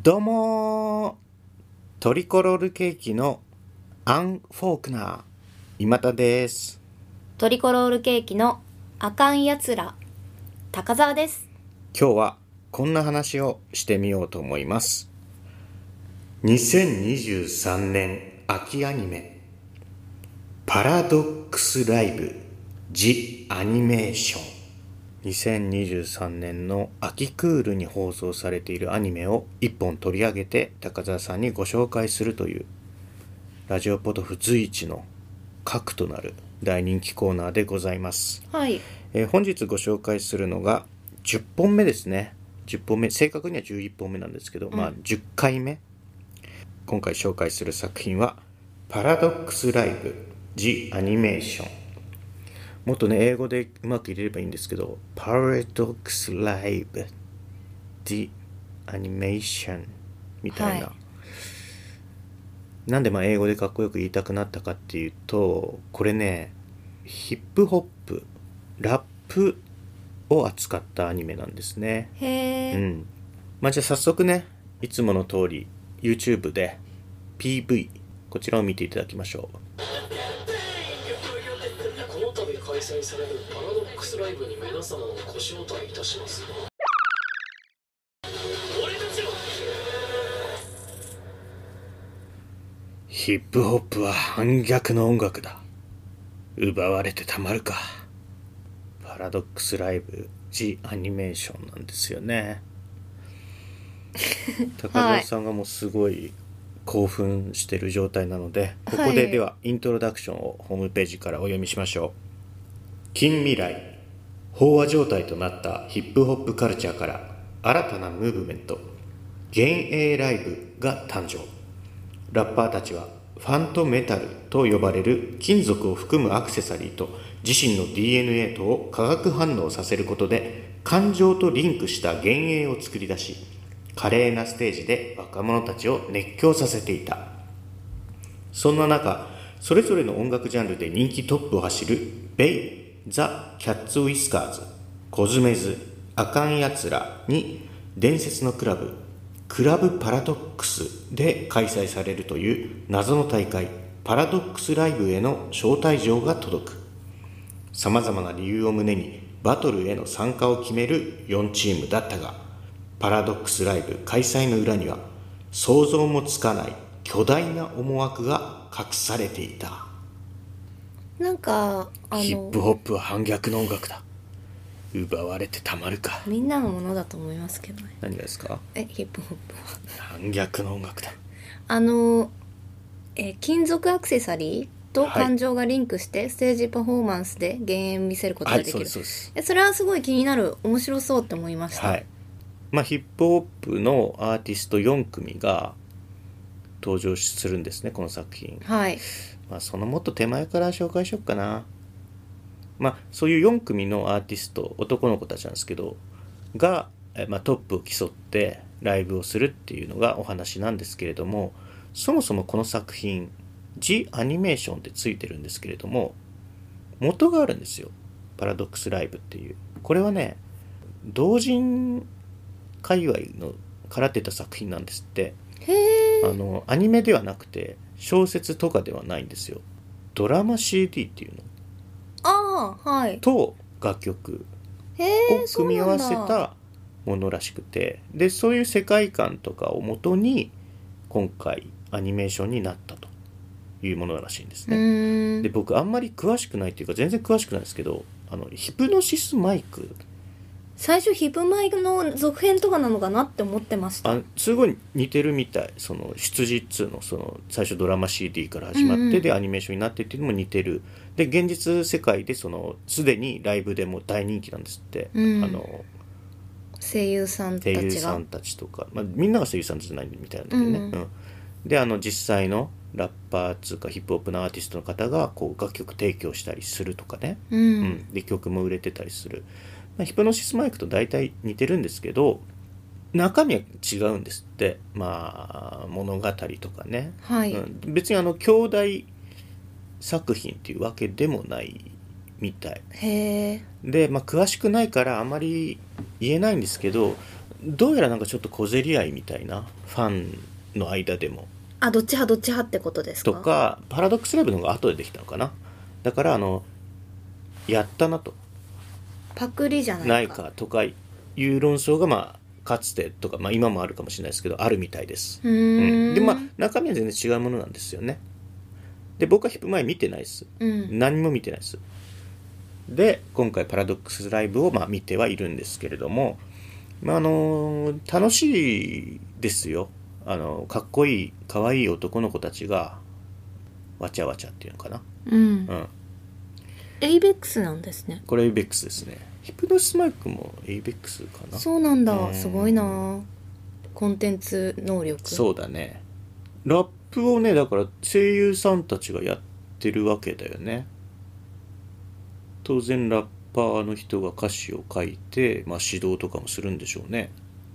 どうもトリコロールケーキのアン・フォークナー今田です。 トリコロールケーキのあかんやつら高澤です。 今日はこんな話をしてみようと思います。2023年秋アニメパラドックスライブジ・アニメーション、2023年の秋クールに放送されているアニメを一本取り上げて高澤さんにご紹介するというラジオポトフ随一の核となる大人気コーナーでございます。 はい。 本日ご紹介するのが10本目ですね。10本目、正確には11本目なんですけど、10回目。今回紹介する作品はパラドックスライブジ・アニメーション。もっとね英語でうまく入れればいいんですけど、パラドックスライブジ・アニメーションみたいな、なんで英語でかっこよく言いたくなったかっていうと、これねヒップホップラップを扱ったアニメなんですね。 へー。 じゃあ早速ね、いつもの通り YouTube で PV こちらを見ていただきましょう。 この度開催されるパラドックスライブに皆様をご招待いたします。俺たちをヒップホップは反逆の音楽だ。奪われてたまるか。パラドックスライブジ・アニメーションなんですよね。高澤さんがもうすごい興奮してる状態なので、ここでではイントロダクションをホームページからお読みしましょう。近未来、飽和状態となったヒップホップカルチャーから新たなムーブメント、幻影ライブが誕生。ラッパーたちはファントメタルと呼ばれる金属を含むアクセサリーと自身の DNA とを化学反応させることで感情とリンクした幻影を作り出し、華麗なステージで若者たちを熱狂させていた。そんな中、それぞれの音楽ジャンルで人気トップを走るベイ、ザ・キャッツ・ウィスカーズ、コズメズ、アカンヤツラに伝説のクラブパラドックスで開催されるという謎の大会パラドックスライブへの招待状が届く。さまざまな理由を胸にバトルへの参加を決める4チームだったが、パラドックスライブ開催の裏には想像もつかない巨大な思惑が隠されていた。 なんかヒップホップは反逆の音楽だ。奪われてたまるか。 みんなのものだと思いますけどね。 何がですか？ ヒップホップは反逆の音楽だ。 金属アクセサリーと感情がリンクしてステージパフォーマンスで幻影を見せることができる。 そうです。 それはすごい気になる、面白そうって思いました。 ヒップホップのアーティスト4組が登場するんですね、この作品。そのもっと手前から紹介しようかな。そういう4組のアーティスト、男の子たちなんですけどが、トップを競ってライブをするっていうのがお話なんですけれども、そもそもこの作品ジ・アニメーションってついてるんですけれども、元があるんですよ。パラドックスライブっていう、これはね同人界隈のから出た作品なんですって。アニメではなくて小説とかではないんですよ。ドラマ CD っていうのと楽曲を組み合わせたものらしくて、でそういう世界観とかをもとに今回アニメーションになったというものらしいんですね。で僕あんまり詳しくないっていうか全然詳しくないですけど、ヒプノシスマイク、 最初ヒプマイクの続編とかなのかなって思ってました。 すごい似てるみたい。その出自っつうの、その最初ドラマ CD から始まって、でアニメーションになってっていうのも似てる。で現実世界でそのすでにライブでも大人気なんですって。 声優さんたちとか、みんなが声優さんじゃないみたいなんだけどね。で実際のラッパーつうかヒップホップのアーティストの方がこう楽曲提供したりするとかね、で曲も売れてたりする。ヒプノシスマイクと大体似てるんですけど、中身は違うんですって。物語とかね、別に兄弟作品っていうわけでもないみたいで、詳しくないからあまり言えないんですけど、 どうやらなんかちょっと小競り合いみたいな、ファンの間でもあ、どっち派どっち派ってことですか？ とか、パラドックスライブの方が後でできたのかな。だからやったなと、 パクリじゃないかないかとかいう論争がまあかつてとか、まあ、今もあるかもしれないですけどあるみたいです。でまあ中身は全然違うものなんですよね。で僕はヒップ前見てないです、何も見てないです。で今回パラドックスライブをまあ見てはいるんですけれども、まあ楽しいですよ。かっこいい可愛い男の子たちがわちゃわちゃっていうのかな。 エイベックスなんですね。 これエイベックスですね。ヒプノシスマイクもエイベックスかな。 そうなんだ、すごいな。コンテンツ能力。 そうだね。ラップをねだから声優さんたちがやってるわけだよね。当然ラッパーの人が歌詞を書いて、まあ、指導とかもするんでしょうね。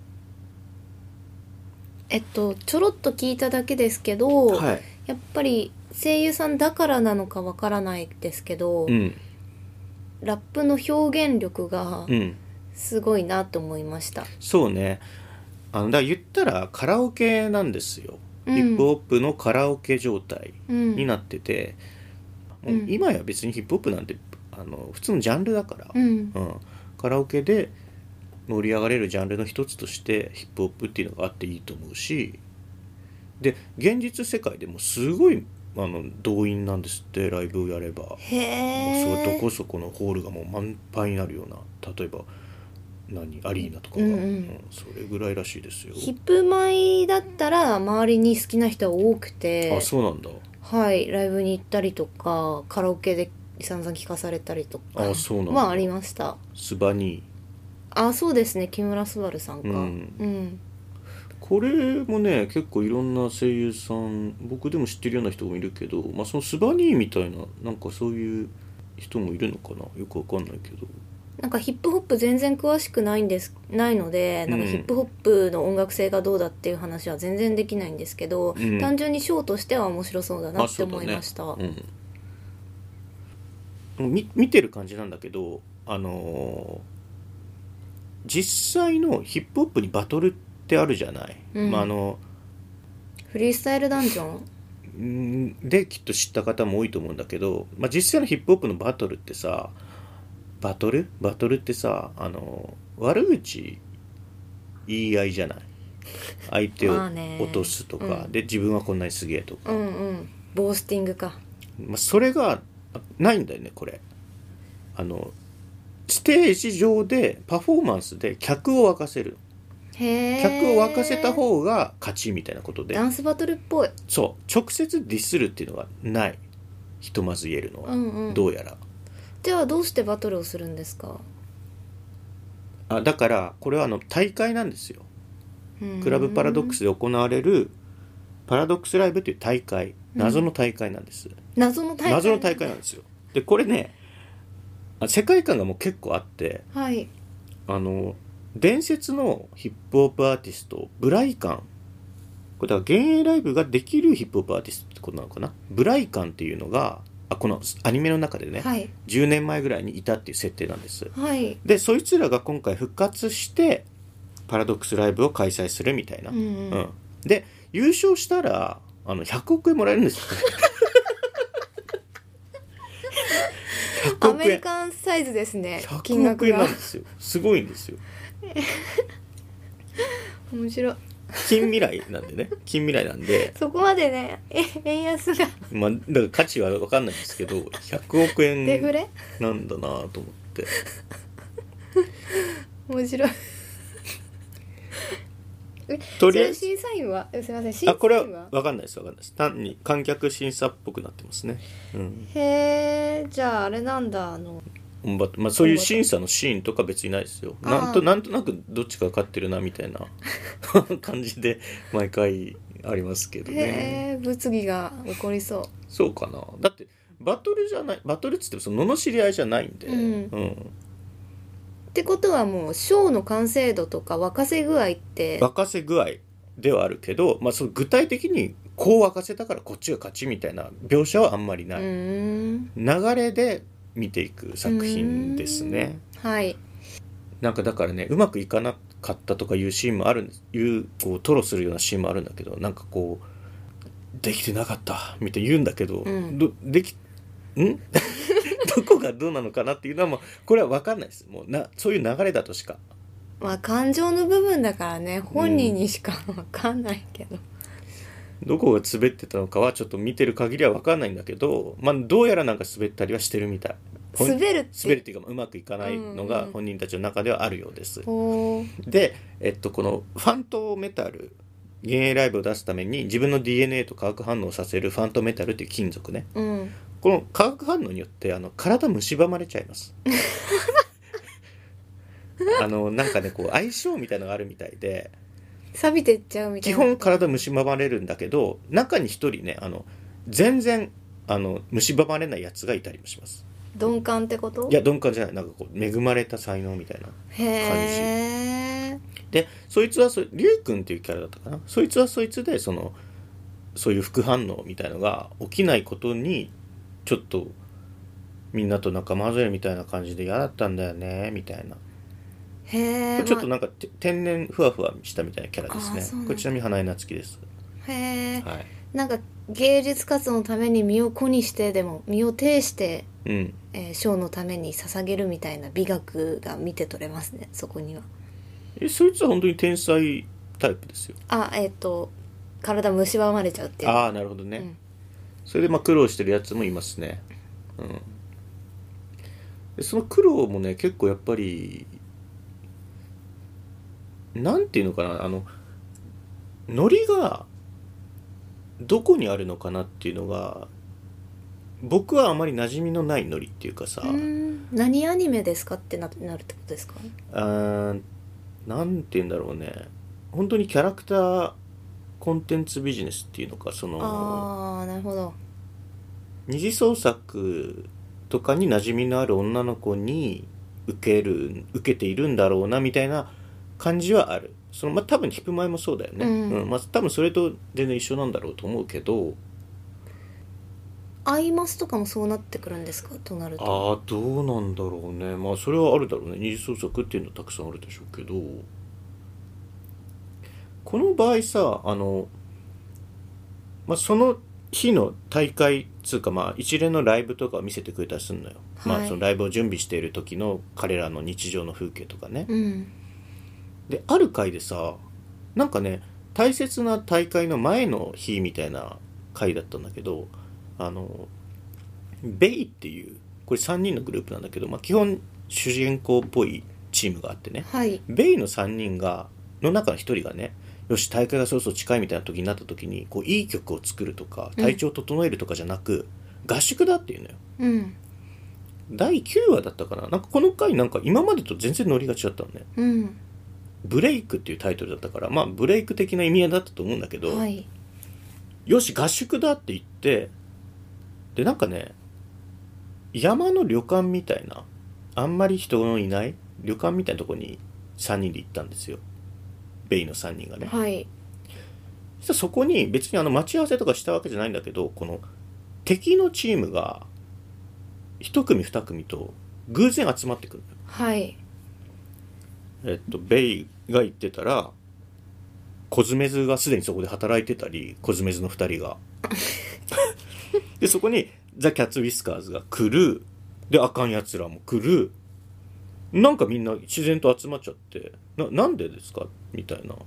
ちょろっと聞いただけですけど、 はい、 やっぱり声優さんだからなのかわからないですけど、ラップの表現力がすごいなと思いました。 そうね。だから言ったらカラオケなんですよ。ヒップホップのカラオケ状態になってて、もう今や別にヒップホップなんて普通のジャンルだから、カラオケで盛り上がれるジャンルの一つとしてヒップホップっていうのがあっていいと思うし、で現実世界でもすごい動員なんですって。ライブをやればへえ。 もうそこそこのホールがもう満杯になるような、例えばアリーナとかが、それぐらいらしいですよ。 ヒップマイだったら周りに好きな人が多くて、 あ、そうなんだ。 はい、ライブに行ったりとかカラオケで散々聞かされたりとかあ、そうなんだ。 はありました。 スバニあ、そうですね、木村昴さんか。 これもね結構いろんな声優さん、僕でも知ってるような人もいるけど、まあ、そのスバニーみたいななんかそういう人もいるのかな、よくわかんないけど。 なんかヒップホップ全然詳しくないので、なんかヒップホップの音楽性がどうだっていう話は全然できないんですけど、単純にショーとしては面白そうだなって思いました。 見てる感じなんだけど、実際のヒップホップにバトルってあるじゃない、まあフリースタイルダンジョンできっと知った方も多いと思うんだけど、まあ、実際のヒップホップのバトルってさ、バトルってさ、悪口言い合いじゃない。相手を落とすとか、で自分はこんなにすげえとか、 ボースティングか、 まあ、それがないんだよねこれ。ステージ上でパフォーマンスで客を沸かせる。客を沸かせた方が勝ちみたいなことで、 ダンスバトルっぽい。 そう直接ディスるっていうのがない、ひとまず言えるのは、どうやら。 じゃあどうしてバトルをするんですか？ だからこれは大会なんですよ。クラブパラドックスで行われるパラドックスライブという大会、謎の大会なんです。 謎の大会なんですよ。でこれね、世界観がもう結構あって、 はい、 伝説のヒップホップアーティストブライカン、これだから幻影ライブができるヒップホップアーティストってことなのかな。ブライカンっていうのがこのアニメの中でね、10年前ぐらいにいたっていう設定なんです、でそいつらが今回復活してパラドックスライブを開催するみたいな、で優勝したら100億円もらえるんですよアメリカンサイズですね。金 100 額が億円なんですよ。すごいんですよ面白い。 近未来なんでね、近未来なんでそこまでね、円安がまあだから価値は分かんないんですけど100億円デフレなんだなと思って面白いとりあえず審査員はすいません、審査員はこれは分かんないです単に観客審査っぽくなってますね、 へえ。じゃああれなんだ、 まあ、そういう審査のシーンとか別にないですよ。なんとなくどっちか勝ってるなみたいな感じで毎回ありますけどね。 へえ、物議が起こりそう。 そうかな。だってバトルじゃない、バトルっつってもその罵り合いじゃないんで、 ってことはもうショーの完成度とか沸かせ具合って沸かせ具合ではあるけど、まあ、その具体的にこう沸かせたからこっちが勝ちみたいな描写はあんまりない。流れで見ていく作品ですね。 はい。 なんかだからね、うまくいかなかったとかいうシーンもあるんです。こう吐露するようなシーンもあるんだけど、なんかこうできてなかったみたいに言うんだけど、どこがどうなのかなっていうのはもうこれは分かんないです。もうそういう流れだとしか。 まあ感情の部分だからね、本人にしか分かんないけど、 どこが滑ってたのかはちょっと見てる限りは分かんないんだけど、まあどうやらなんか滑ったりはしてるみたい。 滑るっていうかうまくいかないのが本人たちの中ではあるようです。 ほで、このファントメタル、幻影ライブを出すために自分の DNA と化学反応させるファントメタルっていう金属ね、この化学反応によって体蝕まれちゃいますなんかねこう相性みたいなのがあるみたいで、 錆びてっちゃうみたいな。 基本体蝕まれるんだけど、中に一人ね全然蝕まれないやつがいたりもします。 鈍感ってこと？ いや鈍感じゃない、なんかこう恵まれた才能みたいな感じ。 へー。 でそいつはリュウ君っていうキャラだったかな、そいつはそいつでそういう副反応みたいのが起きないことにちょっとみんなと仲間外れみたいな感じで嫌だったんだよねみたいな。 へー。 ちょっとなんか天然ふわふわしたみたいなキャラですね。これちなみに花江夏樹です。 へー、 はい、 なんか芸術活動のために身を粉にしてでも身を挺して、ショーのために捧げるみたいな美学が見て取れますね、そこには。 そいつは本当に天才タイプですよ。 体蝕まれちゃうっていう。 ああなるほどね、それで苦労してるやつもいますね。でその苦労もね結構やっぱりなんていうのかな、ノリがどこにあるのかなっていうのが僕はあまり馴染みのないノリっていうかさ。 何アニメですかってなるってことですか？ なんていうんだろうね、本当にキャラクターコンテンツビジネスっていうのか、 なるほど。 二次創作とかに馴染みのある女の子に受けているんだろうなみたいな感じはある。多分ヒップマイもそうだよね、多分それと全然一緒なんだろうと思うけど、 アイマスとかもそうなってくるんですかとなると。 どうなんだろうね。それはあるだろうね。二次創作っていうのはたくさんあるでしょうけど、この場合さその日の大会つうか一連のライブとかを見せてくれたりするのよ、そのライブを準備している時の彼らの日常の風景とかね、である回でさ、なんかね大切な大会の前の日みたいな回だったんだけど、ベイっていうこれ3人のグループなんだけど、基本主人公っぽいチームがあってね、ベイの3人の中の1人がね、よし大会がそろそろ近いみたいな時になった時にこういい曲を作るとか体調を整えるとかじゃなく、合宿だっていうのよ、第9話だったかな。なんかこの回なんか今までと全然ノリが違ったのね、ブレイクっていうタイトルだったから、ブレイク的な意味合いだったと思うんだけど、よし合宿だって言って、でなんかね山の旅館みたいなあんまり人のいない旅館みたいなとこに3人で行ったんですよ、ベイの3人がね。そしたらそこに別に待ち合わせとかしたわけじゃないんだけど、この敵のチームが1組2組と偶然集まってくるのよ。ベイが行ってたらコズメズがすでにそこで働いてたり、コズメズの2人がでそこにザ・キャッツ・ウィスカーズが来る。であかんやつらも来る。なんかみんな自然と集まっちゃって、なんでですかみたいな、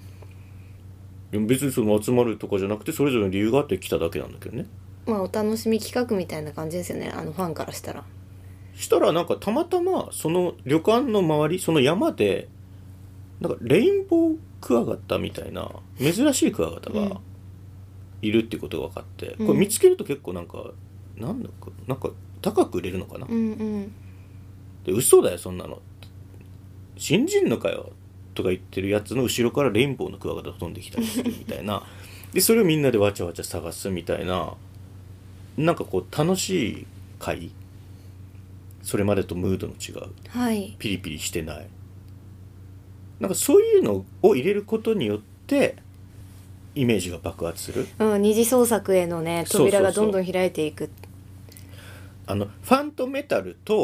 別にその集まるとかじゃなくてそれぞれの理由があって来ただけなんだけどね。 お楽しみ企画みたいな感じですよね、ファンからしたら。 したらなんかたまたまその旅館の周り、その山でなんかレインボークワガタみたいな珍しいクワガタがいるっていうことが分かって、これ見つけると結構なんか高く売れるのかな、で嘘だよそんなの信じんのかよとか言ってるやつの後ろからレインボーのクワガタが飛んできたりするみたいなでそれをみんなでわちゃわちゃ探すみたいな、なんかこう楽しい回、それまでとムードの違う、ピリピリしてない、なんかそういうのを入れることによってイメージが爆発する、 二次創作へのね扉がどんどん開いていく。 ファントメタルと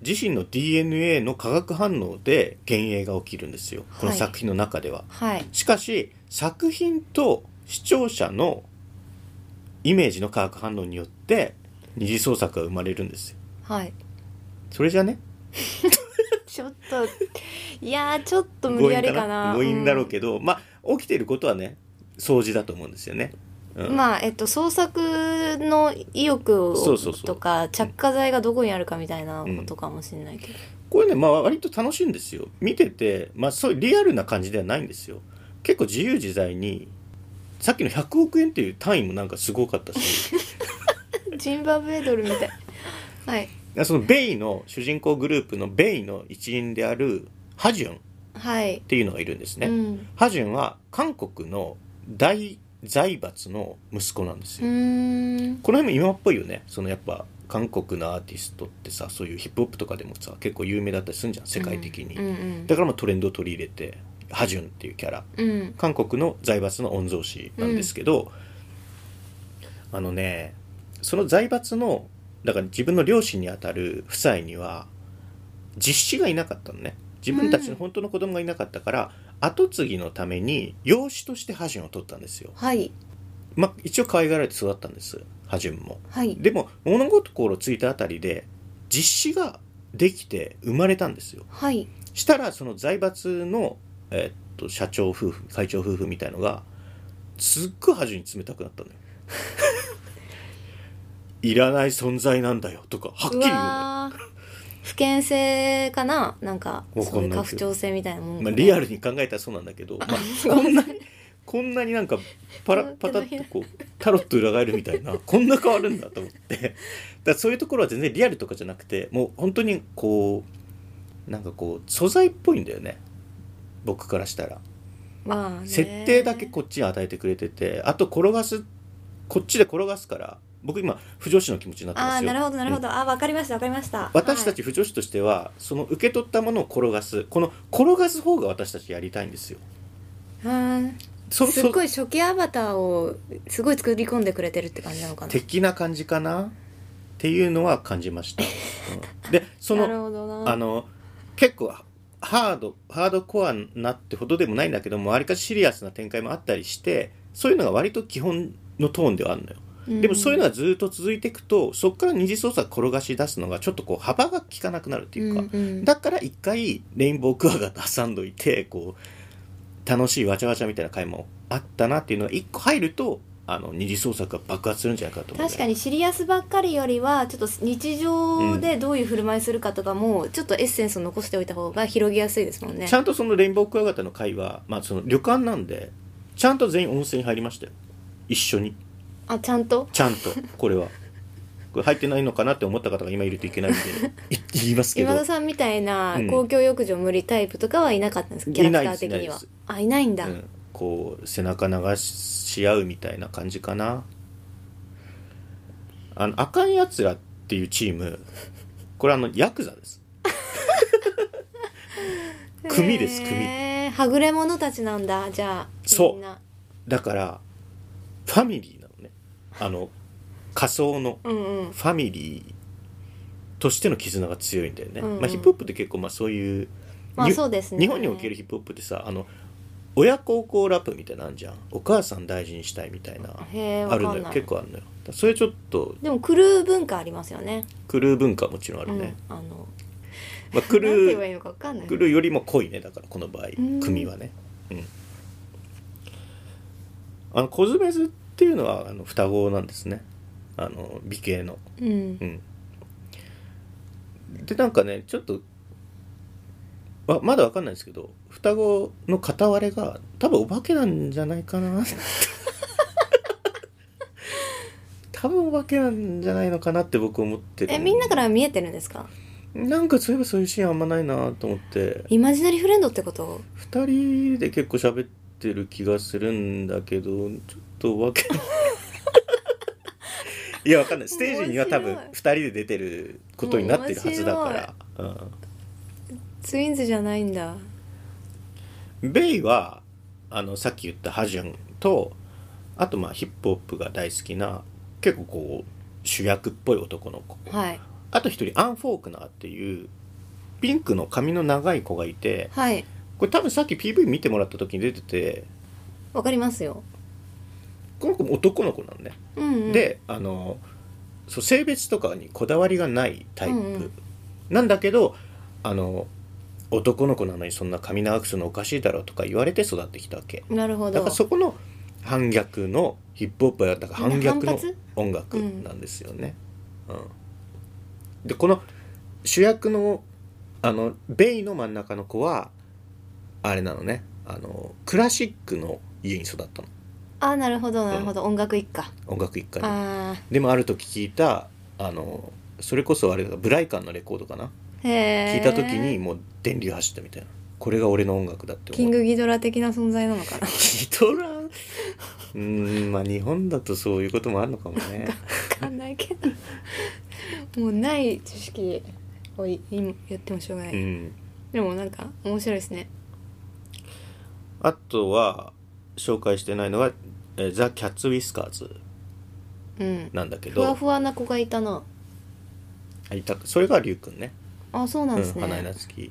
自身の DNA の化学反応で幻影が起きるんですよ、この作品の中では。 はい。 しかし作品と視聴者のイメージの化学反応によって二次創作が生まれるんですよ。 はい。 それじゃね、 ちょっといやーちょっと無理やりかな。 強引だろうけど、まあ起きていることはね掃除だと思うんですよね。 まあ創作の意欲とか着火剤がどこにあるかみたいなことかもしれないけど、 これね、まあ割と楽しいんですよ見てて。まあそういうリアルな感じではないんですよ。結構自由自在に、さっきの100億円っていう単位もなんかすごかったしジンバブエドルみたい。はい。 そのベイの主人公グループのベイの一員であるハジュンっていうのがいるんですね、ハジュンは韓国の大財閥の息子なんですよ。この辺も今っぽいよね。そのやっぱ韓国のアーティストってさ、そういうヒップホップとかでもさ結構有名だったりするんじゃん世界的に、だからまあトレンドを取り入れてハジュンっていうキャラ、韓国の財閥の御曹司なんですけど、その財閥のだから自分の両親にあたる夫妻には実子がいなかったのね。自分たちの本当の子供がいなかったから、後継ぎのために養子としてハジュンを取ったんですよ。 はい。 まあ一応可愛がられて育ったんです、ハジュンも。 はい。 でも物心ついたあたりで実子ができて生まれたんですよ。 はい。 したらその財閥の、社長夫婦会長夫婦みたいのがすっごいハジュンに冷たくなったのよいらない存在なんだよとかはっきり言うのよ。 不健性かな、なんかそういう家父長制みたいなもん、 まあ、リアルに考えたらそうなんだけど、まあ、こんなになんかパタッとこうタロット裏返るみたいなこんな変わるんだと思ってだからそういうところは全然リアルとかじゃなくて、もう本当にこうなんかこう素材っぽいんだよね、僕からしたら。 まあね、 設定だけこっちに与えてくれてて、あとこっちで転がすから。僕今不女子の気持ちになってますよ。 なるほどなるほど、わかりました私たち不女子としては、その受け取ったものを転がす、この転がす方が私たちやりたいんですよ。すごい初期アバターをすごい作り込んでくれてるって感じなのかな。 的な感じかなっていうのは感じました、でそなるほどな。 結構ハードコアなってほどでもないんだけども、わりかしシリアスな展開もあったりして、そういうのが割と基本のトーンではあるのよ。でもそういうのがずっと続いていくと、そこから二次創作転がし出すのがちょっとこう幅が効かなくなるっていうか、だから一回レインボークワガタ挟んどいて、こう楽しいわちゃわちゃみたいな回もあったなっていうのが一個入ると、二次創作が爆発するんじゃないかと思う。 確かにシリアスばっかりよりはちょっと日常でどういう振る舞いするかとかも、ちょっとエッセンスを残しておいた方が広げやすいですもんね。 ちゃんとそのレインボークワガタの回は、まあ、その旅館なんでちゃんと全員温泉に入りましたよ、一緒に。ちゃんとこれ入ってないのかなって思った方が今いるといけないんで言いますけど、 今田さんみたいな公共浴場無理タイプとかはいなかったんですか、キャラクター的には。いないんだ、 こう背中流し合うみたいな感じかな。赤いやつらっていうチーム、これヤクザです組です、組。 はぐれ者たちなんだ、じゃあ。 そうだからファミリーなのね、仮想のファミリーとしての絆が強いんだよね、まあ、ヒップホップって結構まあそういう、 そうですね、 日本におけるヒップホップってさ、親孝行ラップみたいなのあんじゃん。お母さん大事にしたいみたいなあるのよ、結構あるのよ。それちょっとでもクルー文化ありますよね。 クルー文化はもちろんあるね、まあ、クルーよりも濃いね、だからこの場合組はね、コズメズっていうのは双子なんですね、美形の、でなんかねちょっとまだわかんないですけど、双子の片割れが多分お化けなんじゃないかな多分お化けなんじゃないのかなって僕思ってる。 みんなから見えてるんですか？ なんかそういえばそういうシーンあんまないなと思って。 イマジナリーフレンドってこと？ 2人で結構喋ってる気がするんだけど、ちょっとお化けいやわかんない、ステージには多分2人で出てることになってるはずだから、 ツインズじゃないんだ。 ベイはさっき言ったハジュンと、あとまあヒップホップが大好きな結構こう主役っぽい男の子、あと一人アン・フォークナーっていうピンクの髪の長い子がいて、 はい、 これ多分さっき PV 見てもらった時に出てて、 わかりますよ。 この子も男の子なんね、 うんうん、 でそう性別とかにこだわりがないタイプ、 うんうん、 なんだけど男の子なのにそんな髪長くするのおかしいだろうとか言われて育ってきたわけ。 なるほど。 だからそこの反逆のヒップホップはだから反逆の音楽なんですよね、でこの主役のベイの真ん中の子はあれなのね、クラシックの家に育ったの。 あ、なるほどなるほど、音楽一家。 音楽一家に。 あ、 でもある時聞いたそれこそあれだブライカンのレコードかな、聞いた時にもう電流走ったみたいな、これが俺の音楽だって思う。 キングギドラ的な存在なのかな。 ギドラまあ日本だとそういうこともあるのかもね。 分かんないけどもうない知識を今言ってもしょうがない、でもなんか面白いですね。 あとは紹介してないのはザ・キャッツ・ウィスカーズなんだけど、 ふわふわな子がいたな。 それがリュウくんね。 あ、そうなんですね。 花江夏樹、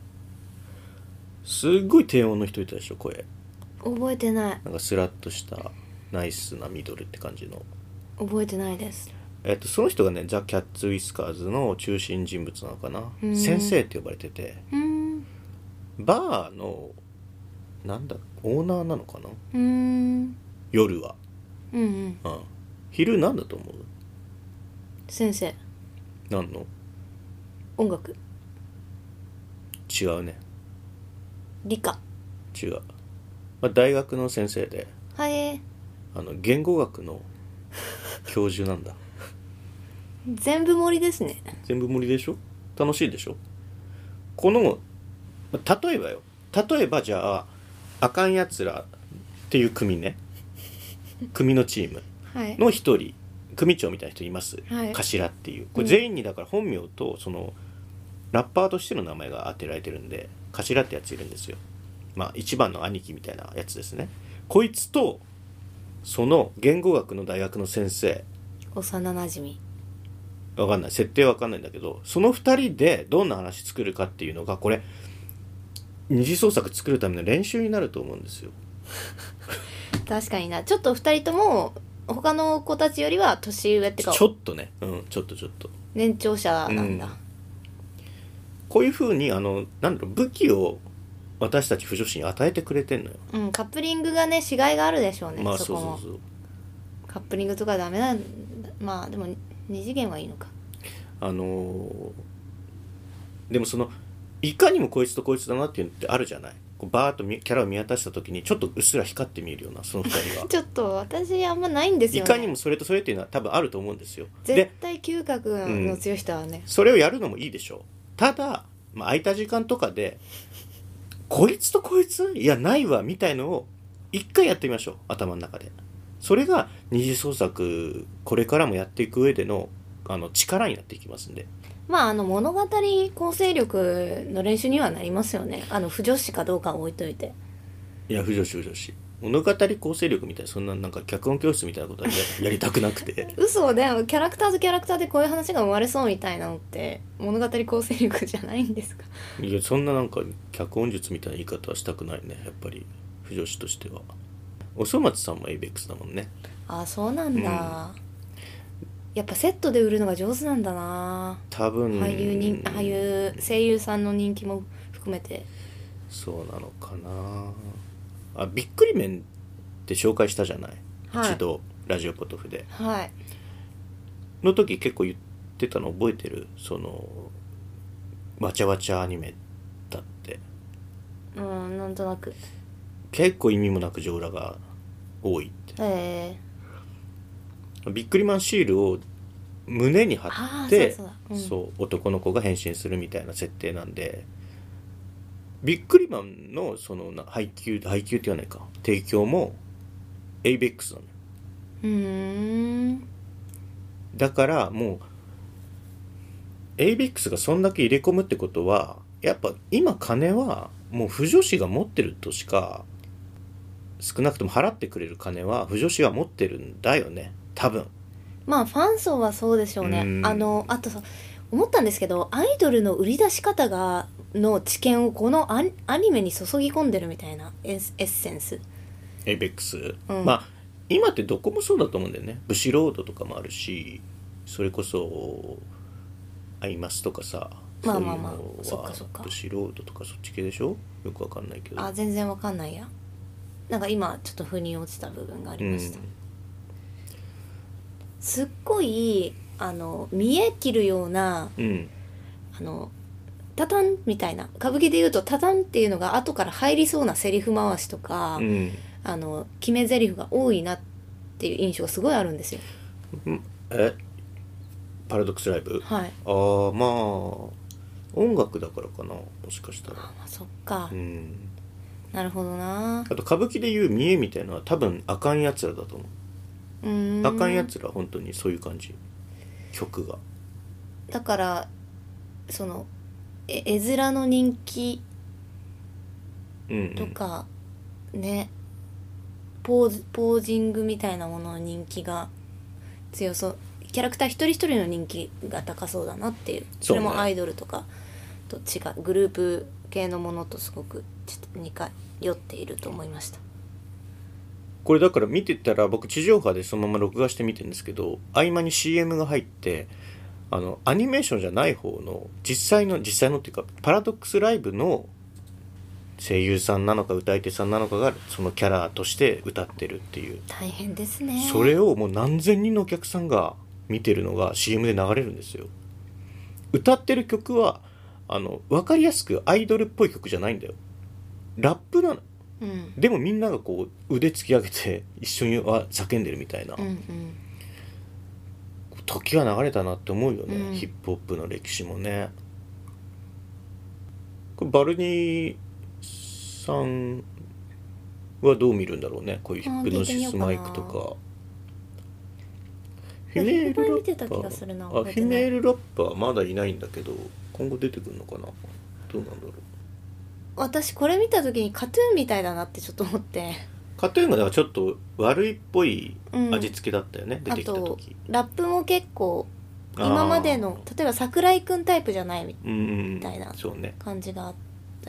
すっごい低音の人いたでしょ、声。 覚えてない。 なんかスラッとしたナイスなミドルって感じの。 覚えてないです。 その人がねザ・キャッツ・ウィスカーズの中心人物なのかな、先生って呼ばれてて、バーのなんだオーナーなのかな、夜は、昼なんだと思う？ 先生。 なんの？ 音楽。 違うね。 理科。 違う、大学の先生で、 はい、 言語学の教授なんだ。 全部盛りですね。 全部盛りでしょ。楽しいでしょ。この例えばじゃああかんやつらっていう組ね、組のチームの一人、組長みたいな人います、頭っていう。これ全員にだから本名とそのラッパーとしての名前が当てられてるんで、頭ってやついるんですよ。まあ一番の兄貴みたいなやつですね。こいつとその言語学の大学の先生、 幼なじみ、 わかんない、設定わかんないんだけど、その2人でどんな話作るかっていうのがこれ二次創作作るための練習になると思うんですよ。 確かにな。ちょっと2人とも他の子たちよりは年上ってか、 ちょっとね、ちょっと年長者なんだ、 こういう風になんだろう、武器を私たち腐女子に与えてくれてんのよ。 カップリングがね、しがいがあるでしょうね。 まあそこもそうカップリングとかダメなんだ。まあでも二次元はいいのか。 でもそのいかにもこいつとこいつだなっていうのってあるじゃない。こうバーッとキャラを見渡した時にちょっとうっすら光って見えるような、その2人がちょっと私あんまないんですよね。 いかにもそれとそれっていうのは多分あると思うんですよ。 絶対嗅覚の強い人はね、 それをやるのもいいでしょう。ただ、空いた時間とかでこいつとこいついやないわみたいのを一回やってみましょう、頭の中で。それが二次創作これからもやっていく上での力になっていきますんで。 まあ物語構成力の練習にはなりますよね。腐女子かどうかは置いといて。 いや、腐女子物語構成力みたいな、そんななんか脚本教室みたいなことは やりたくなくて嘘で、キャラクターとキャラクターでこういう話が生まれそうみたいなのって物語構成力じゃないんですか？ いや、そんななんか脚本術みたいな言い方はしたくないね、やっぱり腐女子としては。おそ松さんもエイベックスだもんね。 あ、そうなんだ、やっぱセットで売るのが上手なんだな。 多分俳優声優さんの人気も含めてそうなのかな。びっくり麺って紹介したじゃない、一度ラジオポトフで、の時結構言ってたの覚えてる？そのわちゃわちゃアニメだって。 なんとなく。 結構意味もなく上裸が多いって。ビックリマンシールを胸に貼って、そう男の子が変身するみたいな設定なんで、ビックリマンのその配給って言わないか、提供もエイベックスなの。だからもうエイベックスがそんだけ入れ込むってことは、やっぱ今金はもう腐女子が持ってるとしか、少なくとも払ってくれる金は腐女子が持ってるんだよね、多分。 まあファン層はそうでしょうね。あとさ、 思ったんですけど、アイドルの売り出し方の知見をこのアニメに注ぎ込んでるみたいなエッセンス。 エイベックス、 うんまあ今ってどこもそうだと思うんだよね。ブシロードとかもあるし、それこそアイマスとかさ、 まあまあまあそういうのはそっかそっかブシロードとかそっち系でしょ。よくわかんないけど。 あ、全然わかんないや。なんか今ちょっと腑に落ちた部分がありました。すっごい見え切るようなうんタタンみたいな、歌舞伎で言うとタタンっていうのが後から入りそうなセリフ回しとか、 うん決め台詞が多いなっていう印象がすごいあるんですよ。 パラドックスライブ、 はい。 ああまあ音楽だからかな、もしかしたら。 まあそっか、 うんなるほどな。 あと歌舞伎でいう見えみたいなのは多分あかんやつらだと思う。あかんやつらは本当にそういう感じ、曲が。 だからその絵面の人気とか、ね、ポージングみたいなものの人気が強そう、キャラクター一人一人の人気が高そうだなっていう。それもアイドルとかと違うグループ系のものとすごく似通っていると思いました。 これだから見てたら、僕地上波でそのまま録画して見てるんですけど、合間に CM が入って、アニメーションじゃない方の実際のっていうかパラドックスライブの声優さんなのか歌い手さんなのかがそのキャラとして歌ってるっていう。 大変ですね。 それをもう何千人のお客さんが見てるのが CM で流れるんですよ。歌ってる曲は分かりやすくアイドルっぽい曲じゃないんだよ。ラップなの。でもみんながこう腕突き上げて一緒に叫んでるみたいな、時は流れたなって思うよね、ヒップホップの歴史もね。これバルニーさんはどう見るんだろうね、こういうヒプノシスマイクとか。フィメールラッパー、フィメールラッパーはまだいないんだけど、今後出てくるのかな、どうなんだろう。 私これ見た時にカトゥーンみたいだなってちょっと思って。 カトゥーンがだからちょっと悪いっぽい味付けだったよね、出てきた時。 あとラップも結構今までの例えば桜井くんタイプじゃないみたいな感じがあって、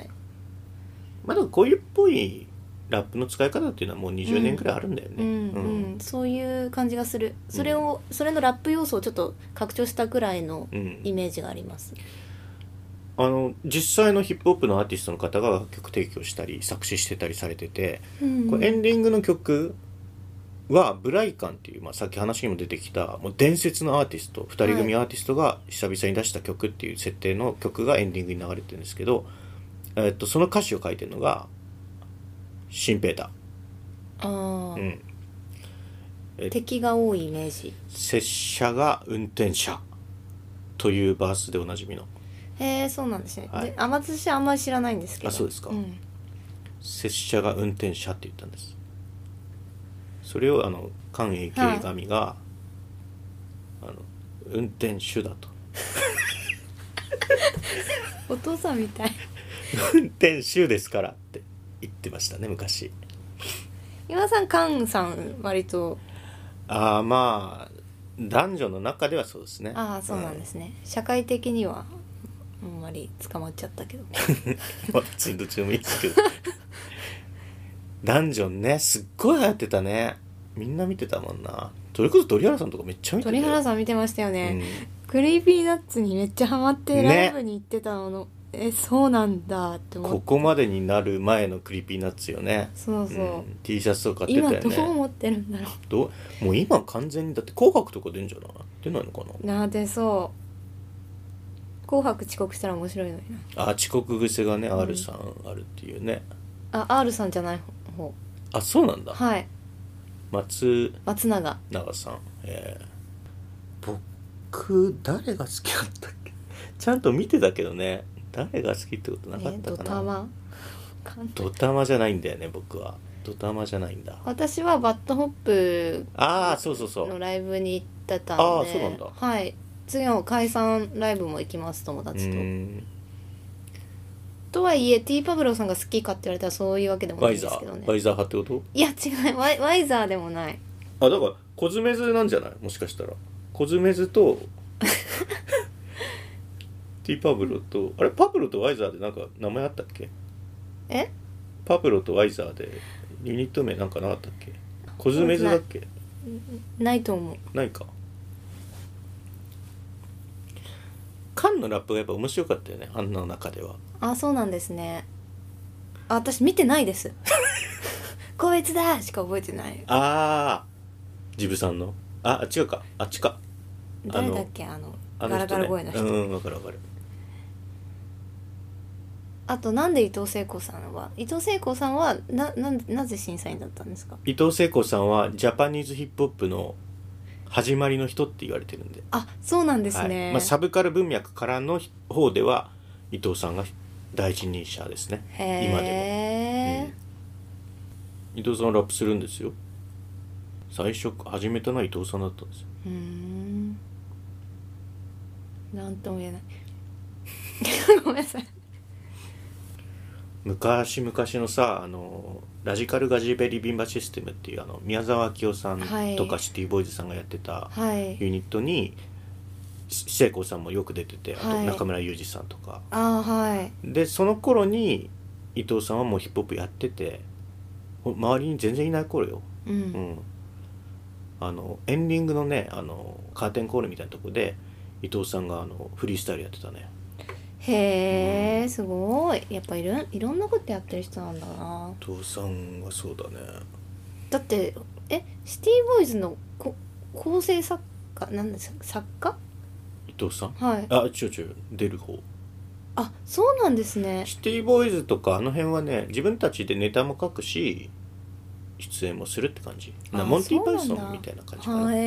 まあでもこういうっぽいラップの使い方っていうのはもう20年くらいあるんだよね。 そういう感じがする。それのラップ要素をちょっと拡張したくらいのイメージがあります。 実際のヒップホップのアーティストの方が曲提供したり作詞してたりされてて、これエンディングの曲はブライカンっていう、さっき話にも出てきたもう伝説のアーティスト、2人組アーティストが久々に出した曲っていう設定の曲がエンディングに流れてるんですけど、その歌詞を書いてるのがシンペーター。 敵が多いイメージ。 拙者が運転者というバースでおなじみの。 へえ、そうなんですね。で、私あんまり知らないんですけど。 あ、そうですか。拙者が運転者って言ったんです。それを関英系神が、運転手だと。 お父さんみたい。 運転手ですからって言ってましたね、昔。 今さん、カンさん割と。 まあ男女の中ではそうですね。 そうなんですね。社会的にはあんまり捕まっちゃったけど。 別にどっちでもいいですけど。ダンジョンね、すっごい流行ってたね。みんな見てたもんな。それこそ鳥原さんとかめっちゃ見てたよ。 鳥原さん見てましたよね。クリーピーナッツにめっちゃハマってライブに行ってたの。そうなんだって思って。 ここまでになる前のクリーピーナッツよね。 そうそう、 T シャツとか買ってたよね。 今どう思ってるんだろう。もう今完全にだって紅白とか出んじゃない？出ないのかな。 出そう。紅白遅刻したら面白いのにな。遅刻癖がね、R さんあるっていうね。 R さんじゃない方。 そうなんだ。 はい。 松永さん。僕誰が好きだったっけ？ちゃんと見てたけどね。誰が好きってことなかったかな。ドタマじゃないんだよね、僕は。ドタマじゃないんだ。 私はバッドホップのライブに行ってたんで。 そうなんだ。 はい。次の解散ライブも行きます、友達と。とはいえ T パブロさんが好きかって言われたらそういうわけでもないんですけどね。 ワイザー派ってこと？ いや違う、ワイザーでもない。 だからコズメズなんじゃない？もしかしたらコズメズとティ・パブロとあれパブロとワイザーでなんか名前あったっけ？ えパブロとワイザーでユニット名なんかなかったっけ？コズメズだっけ？ ないと思う。 ないか。カンのラップがやっぱ面白かったよね、あんなの中では。 あ、そうなんですね。あ、私見てないですこいつだしか覚えてない。 ああジブさんの違うか、あっちか。 誰だっけ、 あのガラガラ声の人。 うん分かる分かる。 あとなんで伊藤聖子さんはなぜ審査員だったんですか？ 伊藤聖子さんはジャパニーズヒップホップの始まりの人って言われてるんで。 あ、そうなんですね。 はい、サブカル文脈からの方では伊藤さんが第一人者ですね。今でも、伊藤さんはラップするんですよ。最初始めたのは伊藤さんだったんですよ。 なんとも言えないごめんなさい。 昔々のさラジカルガジベリビンバシステムっていう宮沢明夫さんとかシティボーイズさんがやってたユニットに、聖子さんもよく出てて、あと中村裕二さんとか、でその頃に伊藤さんはもうヒップホップやってて、周りに全然いない頃よ、エンディングのねカーテンコールみたいなとこで伊藤さんがフリースタイルやってたね。 へえ、すごい。やっぱいろんなことやってる人なんだな。 伊藤さんはそうだね。 だってシティボーイズの構成作家なんですか、作家？ 伊藤さん？ はい。 違う出る方。 あ、そうなんですね。 シティボーイズとかあの辺はね、自分たちでネタも書くし出演もするって感じ。モンティパイソンみたいな感じかな。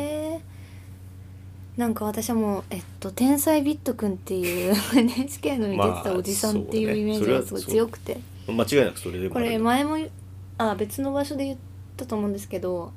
なんか私はもう天才ビットくんっていうNHK のに出てたおじさんっていうイメージがすごい強くて、 間違いなくそれでもこれ前も別の場所で言ったと思うんですけど、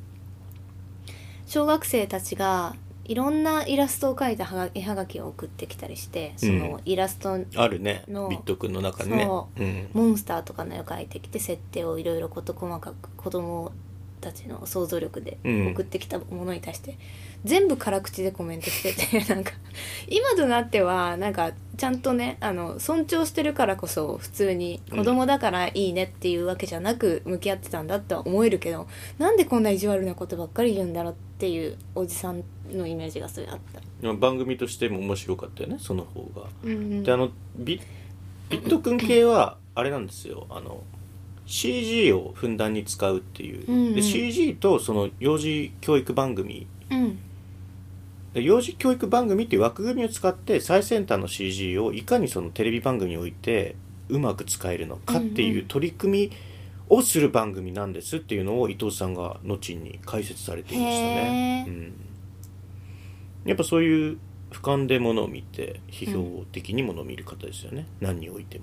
小学生たちがいろんなイラストを描いた絵はがきを送ってきたりして、そのイラストのあるね、ビットくんの中にね、 モンスターとかの絵を描いてきて、設定をいろいろ事細かく子供たちの想像力で送ってきたものに対して、全部辛口でコメントしててなんか今となってはなんかちゃんとね尊重してるからこそ普通に子供だからいいねっていうわけじゃなく向き合ってたんだとは思えるけど、なんでこんな意地悪なことばっかり言うんだろうっていうおじさんのイメージがすごいあった。 番組としても面白かったよね、その方が。でビットくん系はあれなんですよ、CG をふんだんに使うっていう、で CG とその幼児教育番組、で幼児教育番組っていう枠組みを使って最先端の CG をいかにそのテレビ番組においてうまく使えるのかっていう取り組みをする番組なんですっていうのを伊藤さんが後に解説されていましたね。やっぱそういう俯瞰でものを見て批評的にものを見る方ですよね、何においても。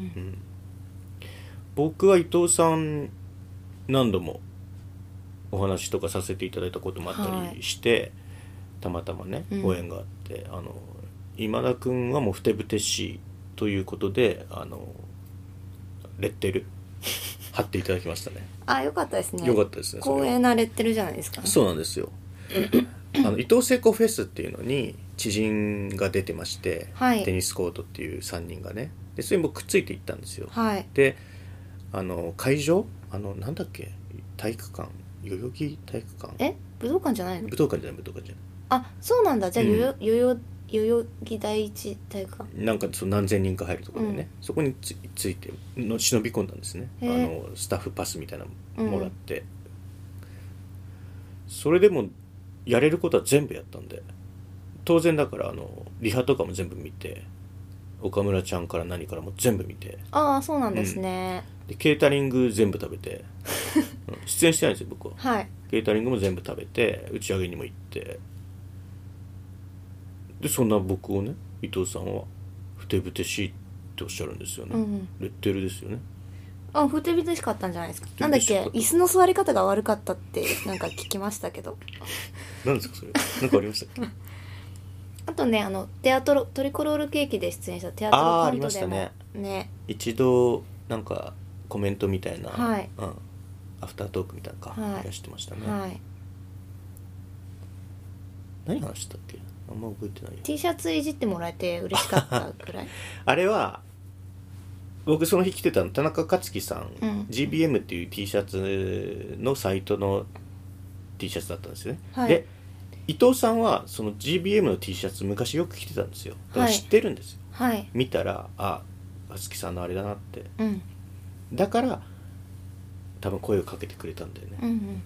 僕は伊藤さん何度もお話とかさせていただいたこともあったりして、たまたまねご縁があって、今田くんはもうふてぶてしいということでレッテル貼っていただきましたね。 よかったですね。 よかったですね。 光栄なレッテルじゃないですか。 そうなんですよ伊藤聖子フェスっていうのに知人が出てまして、テニスコートっていう3人がね、でそれに僕くっついていったんですよ。で会場なんだっけ、体育館、代々木体育館、 武道館じゃないの？ 武道館じゃない。 そうなんだ。じゃあ代々木第一体育館なんか何千人か入るところでね、そこについて忍び込んだんですね。スタッフパスみたいなのもらって、それでもやれることは全部やったんで、当然だからリハとかも全部見て、岡村ちゃんから何からも全部見て、 そうなんですね。 でケータリング全部食べて出演してないんですよ僕は。ケータリングも全部食べて、打ち上げにも行って、でそんな僕をね伊藤さんはふてぶてしいっておっしゃるんですよね。レッテルですよね。 ふてぶてしかったんじゃないですか。なんだっけ、椅子の座り方が悪かったってなんか聞きましたけど何ですかそれ、なんかありましたっけあとねトリコロールケーキで出演したテアトロコントでもね、 一度なんかコメントみたいな、アフタートークみたいなのか、いらしてましたね。何話したっけ。 あんま覚えてないよ。 T シャツいじってもらえて嬉しかったくらいあれは僕その日着てたの田中克樹さん、GBM っていう T シャツのサイトの T シャツだったんですよね、 はいで伊藤さんはその GBM の T シャツ昔よく着てたんですよ。だから知ってるんですよ、 はい見たら克樹さんのあれだなって。 うんだから多分声をかけてくれたんだよね、 うんうん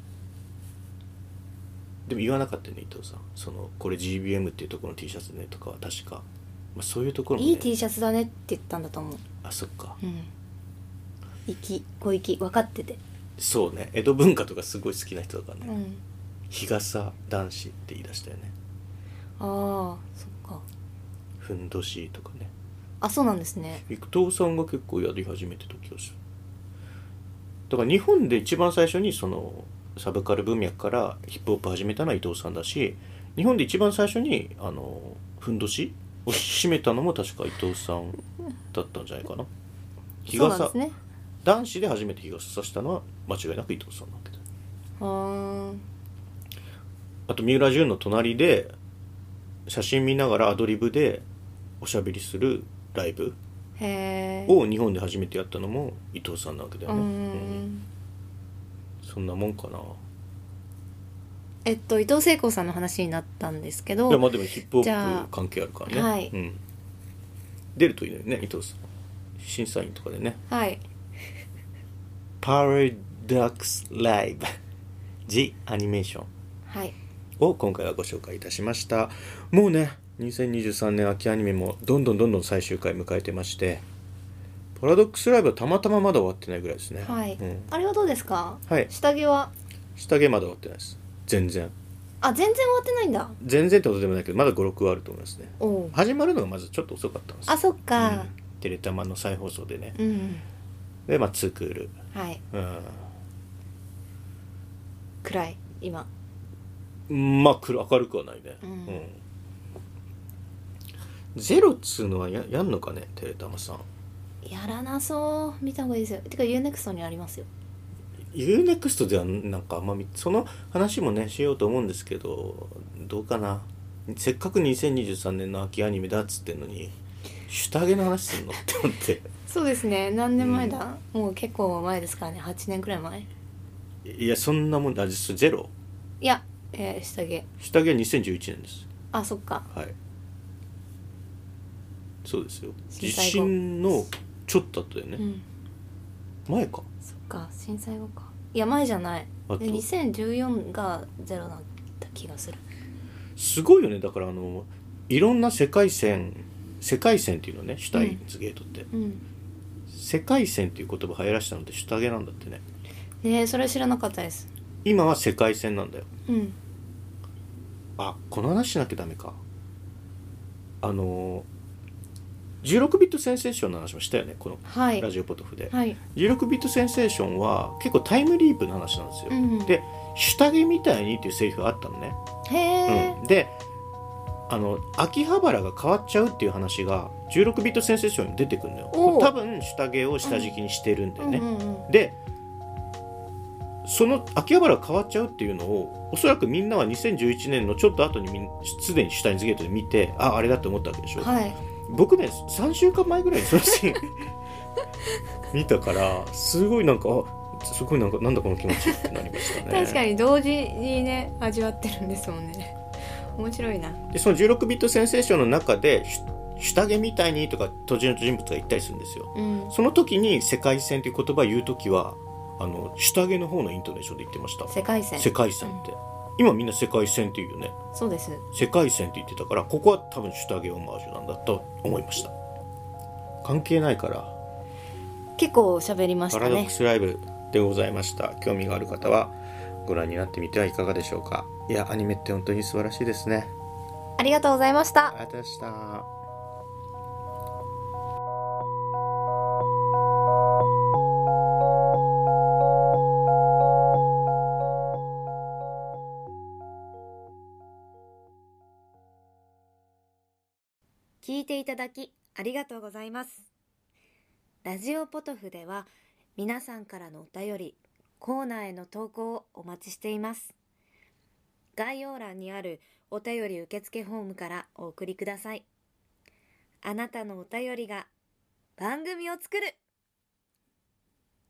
でも言わなかったよね伊藤さん。そのこれ GBM っていうところの T シャツねとかは確か、まあ、そういうところも、ね、 いい T シャツだねって言ったんだと思う。 あそっか、 うん小粋分かってて。 そうね、江戸文化とかすごい好きな人だからね、 うん日傘男子って言い出したよね。 ああそっか。 ふんどしとかね。 あそうなんですね。 伊藤さんが結構やり始めてた気がする。だから日本で一番最初にそのサブカル文脈からヒップホップ始めたのは伊藤さんだし、日本で一番最初にふんどしを締めたのも確か伊藤さんだったんじゃないかな。日そうなん傘、 ですね。 男子で初めて日傘さしたのは間違いなく伊藤さんだけど、あと三浦淳の隣で写真見ながらアドリブでおしゃべりするライブへえ。 を日本で初めてやったのも伊藤さんなわけだよね、うんそんなもんかな。 伊藤聖子さんの話になったんですけど、 いやまあでもヒップホじゃあップ関係あるからね、 はいうん、出るといいのよね伊藤さん。審査員とかでね。 はいパラダックスライブ The アニメーションはいを今回はご紹介いたしました。もうね2023年秋アニメもどんどん最終回迎えてまして、パラドックスライブはたまたままだ終わってないぐらいですね。 はい、 うん、 あれはどうですか？ はい、 下着は下着まだ終わってないです。全然全然終わってないんだ。 全然ってことでもないけどまだ56話あると思いますね。 おう始まるのがまずちょっと遅かったんですよ。 あそっか、 うんテレタマの再放送でね、 うんでまあ2クール、 はい暗い今。 まあ明るくはないね、 うんゼロっつうのはやんのかねテレタマさん。 やらなそう。見た方がいいですよ。てか UNEXT にありますよ。 UNEXT ではなんかあんまその話もねしようと思うんですけどどうかな。せっかく2023年の秋アニメだっつってんのに下着の話すんのって思ってそうですね。何年前だ、もう結構前ですからね。8年くらい前。 いやそんなもんだ。実はゼロいや、下着。 下着は2011年です。 あそっか。 はいそうですよ。地震災後震のちょっと後だよね、 うん前か。 そっか震災後か。いや前じゃない。 あとで2014がゼロだった気がする。 すごいよね。だからいろんな世界線っていうのね、シュタインズゲートって、 うん世界線っていう言葉流行らしたのってシュタゲなんだってね。 ねそれ知らなかったです。 今は世界線なんだよ。 うんこの話しなきゃダメか。16ビットセンセーションの話もしたよねこのはいラジオポトフで、 はい 16ビットセンセーションは結構タイムリープの話なんですよ、 うんで下着みたいにっていうセリフがあったのね、 へえ、 で秋葉原が変わっちゃうっていう話が16ビットセンセーションに出てくるのよ。 おう多分下着を下敷きにしてるんだよね、 うんうんうん、 でその秋葉原が変わっちゃうっていうのをおそらくみんなは2011年のちょっと後にすでにシュタインズゲートで見てあれだって思ったわけでしょ、 はい僕ね3週間前ぐらいにそのシーン見たからすごいなんかなんだこの気持ちってなりましたね。 確かに同時にね味わってるんですもんね。面白いな。 でその16ビットセンセーションの中で下着みたいにとか途中の人物が言ったりするんですよ、 うん、 その時に世界線という言葉を言う時は下着の方のイントネーションで言ってました。 世界線世界線って、今みんな世界線って言うよね。 そうです。 世界線って言ってたからここは多分下着オマージュなんだと思いました。関係ないから結構喋りましたね。 パラドックスライブでございました。興味がある方はご覧になってみてはいかがでしょうか。いやアニメって本当に素晴らしいですね。 ありがとうございました。 ありがとうございました。 聞いていただきありがとうございます。ラジオポトフでは皆さんからのお便り、コーナーへの投稿をお待ちしています。概要欄にあるお便り受付フォームからお送りください。あなたのお便りが番組を作る